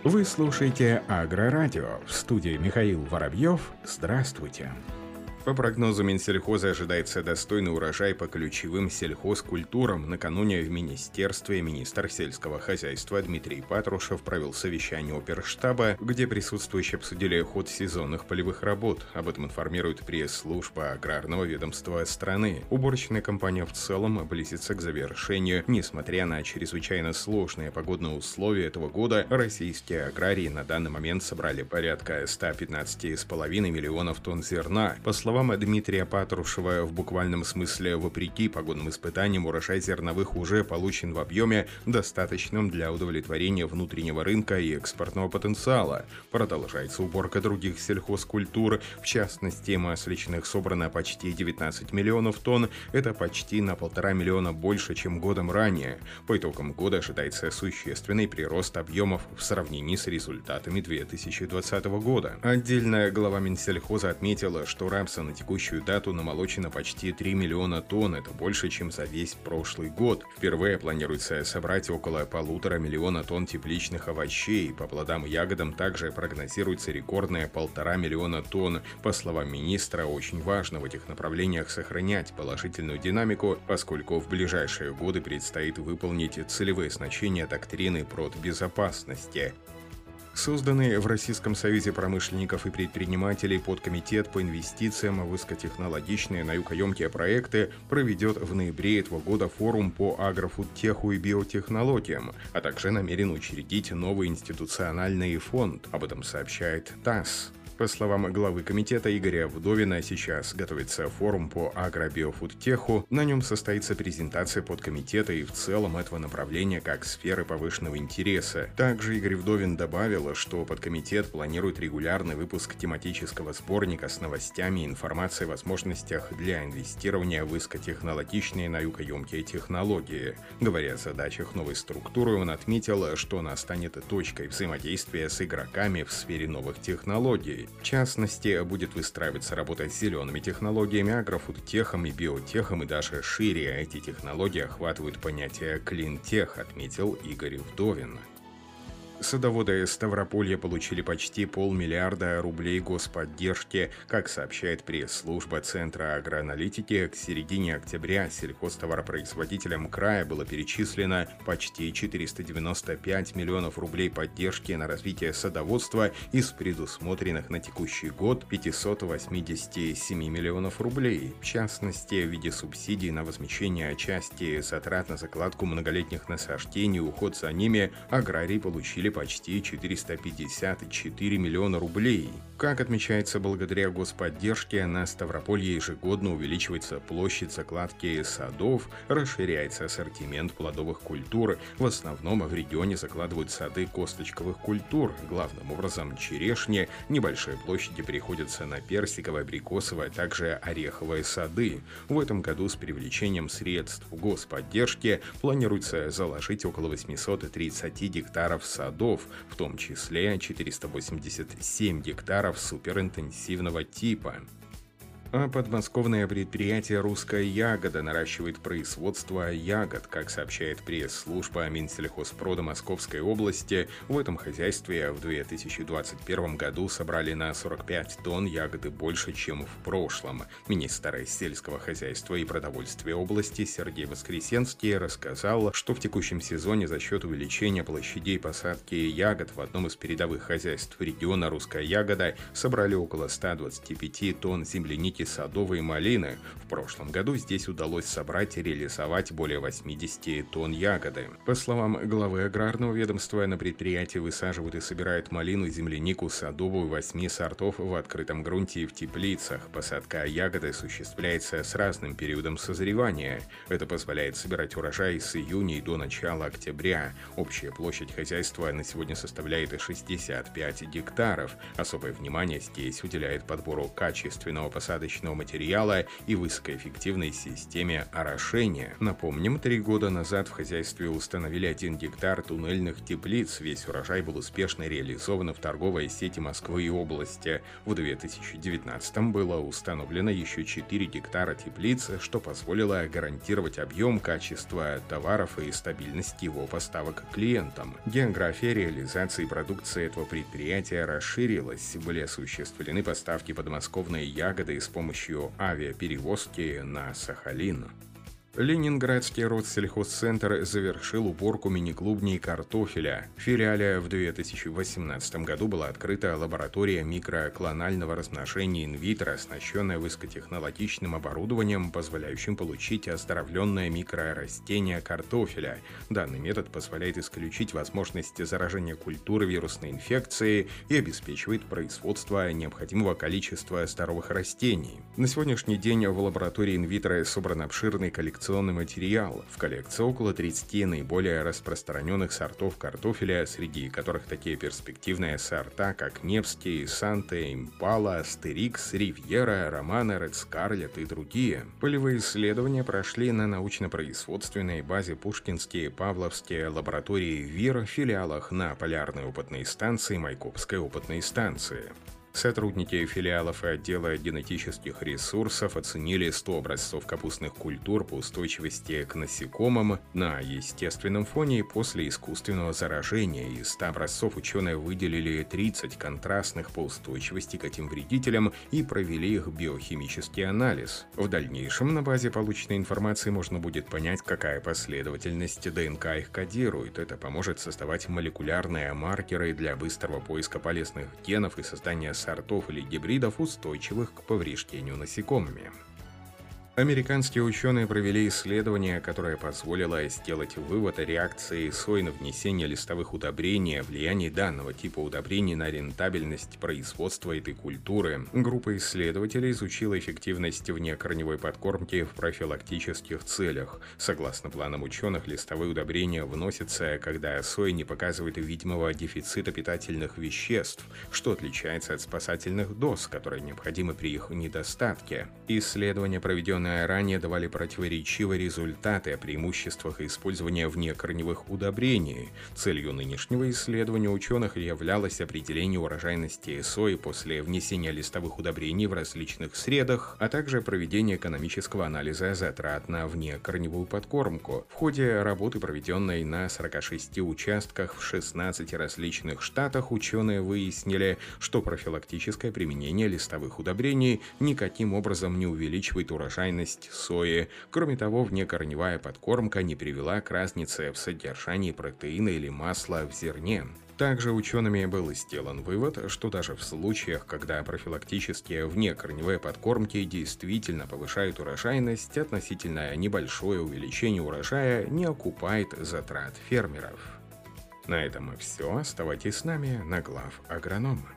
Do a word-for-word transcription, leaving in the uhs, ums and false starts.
Вы слушаете Агрорадио. В студии Михаил Воробьев. Здравствуйте. По прогнозу Минсельхоза ожидается достойный урожай по ключевым сельхозкультурам. Накануне в Министерстве министр сельского хозяйства Дмитрий Патрушев провел совещание оперштаба, где присутствующие обсудили ход сезонных полевых работ. Об этом информирует пресс-служба аграрного ведомства страны. Уборочная кампания в целом близится к завершению. Несмотря на чрезвычайно сложные погодные условия этого года, российские аграрии на данный момент собрали порядка ста пятнадцати с половиной миллионов тонн зерна. По словам По словам Дмитрия Патрушева, в буквальном смысле, вопреки погодным испытаниям, урожай зерновых уже получен в объеме, достаточном для удовлетворения внутреннего рынка и экспортного потенциала. Продолжается уборка других сельхозкультур, в частности, масличных собрано почти девятнадцать миллионов тонн, это почти на полтора миллиона больше, чем годом ранее. По итогам года ожидается существенный прирост объемов в сравнении с результатами две тысячи двадцатого года. Отдельно глава Минсельхоза отметила, что рапса на текущую дату намолочено почти три миллиона тонн, это больше, чем за весь прошлый год. Впервые планируется собрать около полутора миллиона тонн тепличных овощей. По плодам и ягодам также прогнозируется рекордная полтора миллиона тонн. По словам министра, очень важно в этих направлениях сохранять положительную динамику, поскольку в ближайшие годы предстоит выполнить целевые значения доктрины продбезопасности. Созданный в Российском союзе промышленников и предпринимателей подкомитет по инвестициям в высокотехнологичные наукоемкие проекты проведет в ноябре этого года форум по агрофудтеху и биотехнологиям, а также намерен учредить новый институциональный фонд. Об этом сообщает ТАСС. По словам главы комитета Игоря Вдовина, сейчас готовится форум по агробиофудтеху. На нем состоится презентация подкомитета и в целом этого направления как сферы повышенного интереса. Также Игорь Вдовин добавил, что подкомитет планирует регулярный выпуск тематического сборника с новостями и информацией о возможностях для инвестирования в высокотехнологичные наукоемкие технологии. Говоря о задачах новой структуры, он отметил, что она станет точкой взаимодействия с игроками в сфере новых технологий. В частности, будет выстраиваться работа с зелеными технологиями, агрофудтехом и биотехом, и даже шире эти технологии охватывают понятие «клинтех», отметил Игорь Вдовин. Садоводы Ставрополья получили почти полмиллиарда рублей господдержки. Как сообщает пресс-служба Центра агроаналитики, к середине октября сельхозтоваропроизводителям края было перечислено почти четыреста девяносто пять миллионов рублей поддержки на развитие садоводства из предусмотренных на текущий год пятьсот восемьдесят семь миллионов рублей. В частности, в виде субсидий на возмещение части затрат на закладку многолетних насаждений и уход за ними аграрии получили почти четыреста пятьдесят четыре миллиона рублей. Как отмечается, благодаря господдержке на Ставрополье ежегодно увеличивается площадь закладки садов, расширяется ассортимент плодовых культур. В основном в регионе закладывают сады косточковых культур, главным образом черешни. Небольшие площади приходятся на персиковые, абрикосовые, а также ореховые сады. В этом году с привлечением средств господдержки планируется заложить около восьмисот тридцати гектаров садов, в том числе четыреста восемьдесят семь гектаров суперинтенсивного типа. А подмосковное предприятие «Русская ягода» наращивает производство ягод. Как сообщает пресс-служба Минсельхозпрода Московской области, в этом хозяйстве в две тысячи двадцать первом году собрали на сорок пять тонн ягоды больше, чем в прошлом. Министр сельского хозяйства и продовольствия области Сергей Воскресенский рассказал, что в текущем сезоне за счет увеличения площадей посадки ягод в одном из передовых хозяйств региона «Русская ягода» собрали около ста двадцати пяти тонн земляники, садовой малины. В прошлом году здесь удалось собрать и реализовать более восьмидесяти тонн ягоды. По словам главы аграрного ведомства, на предприятии высаживают и собирают малину, землянику, садовую восьми сортов в открытом грунте и в теплицах. Посадка ягоды осуществляется с разным периодом созревания. Это позволяет собирать урожай с июня и до начала октября. Общая площадь хозяйства на сегодня составляет шестьдесят пять гектаров. Особое внимание здесь уделяет подбору качественного посадочного посадочного материала и высокоэффективной системе орошения. Напомним, три года назад в хозяйстве установили один гектар туннельных теплиц. Весь урожай был успешно реализован в торговой сети Москвы и области. В две тысячи девятнадцатом было установлено еще четыре гектара теплиц, что позволило гарантировать объем, качество товаров и стабильность его поставок клиентам. География реализации продукции этого предприятия расширилась. Были осуществлены поставки подмосковной ягоды с помощью авиаперевозки на Сахалин. Ленинградский Россельхозцентр завершил уборку мини-клубней картофеля. В филиале в две тысячи восемнадцатом году была открыта лаборатория микроклонального размножения инвитро, оснащенная высокотехнологичным оборудованием, позволяющим получить оздоровленное микрорастение картофеля. Данный метод позволяет исключить возможность заражения культуры вирусной инфекцией и обеспечивает производство необходимого количества здоровых растений. На сегодняшний день в лаборатории инвитро собран обширный коллекционный материал. В коллекции около тридцати наиболее распространенных сортов картофеля, среди которых такие перспективные сорта, как Невский, Санте, Импала, Астерикс, Ривьера, Романо, Ред Скарлетт и другие. Полевые исследования прошли на научно-производственной базе Пушкинские и Павловские лаборатории ВИР в филиалах на Полярной опытной станции и Майкопской опытной станции. Сотрудники филиалов и отдела генетических ресурсов оценили сто образцов капустных культур по устойчивости к насекомым на естественном фоне и после искусственного заражения. Из ста образцов ученые выделили тридцать контрастных по устойчивости к этим вредителям и провели их биохимический анализ. В дальнейшем на базе полученной информации можно будет понять, какая последовательность ДНК их кодирует. Это поможет создавать молекулярные маркеры для быстрого поиска полезных генов и создания сортов или гибридов, устойчивых к повреждению насекомыми. Американские ученые провели исследование, которое позволило сделать вывод о реакции сои на внесение листовых удобрений, о влиянии данного типа удобрений на рентабельность производства этой культуры. Группа исследователей изучила эффективность внекорневой подкормки в профилактических целях. Согласно планам ученых, листовые удобрения вносятся, когда соя не показывает видимого дефицита питательных веществ, что отличается от спасательных доз, которые необходимы при их недостатке. Исследования, проведенные ранее, давали противоречивые результаты о преимуществах использования внекорневых удобрений. Целью нынешнего исследования ученых являлось определение урожайности сои после внесения листовых удобрений в различных средах, а также проведение экономического анализа затрат на внекорневую подкормку. В ходе работы, проведенной на сорока шести участках в шестнадцати различных штатах, ученые выяснили, что профилактическое применение листовых удобрений никаким образом не увеличивает урожайность сои. Кроме того, внекорневая подкормка не привела к разнице в содержании протеина или масла в зерне. Также учеными был сделан вывод, что даже в случаях, когда профилактические внекорневые подкормки действительно повышают урожайность, относительно небольшое увеличение урожая не окупает затрат фермеров. На этом и все. Оставайтесь с нами на Глав Агронома.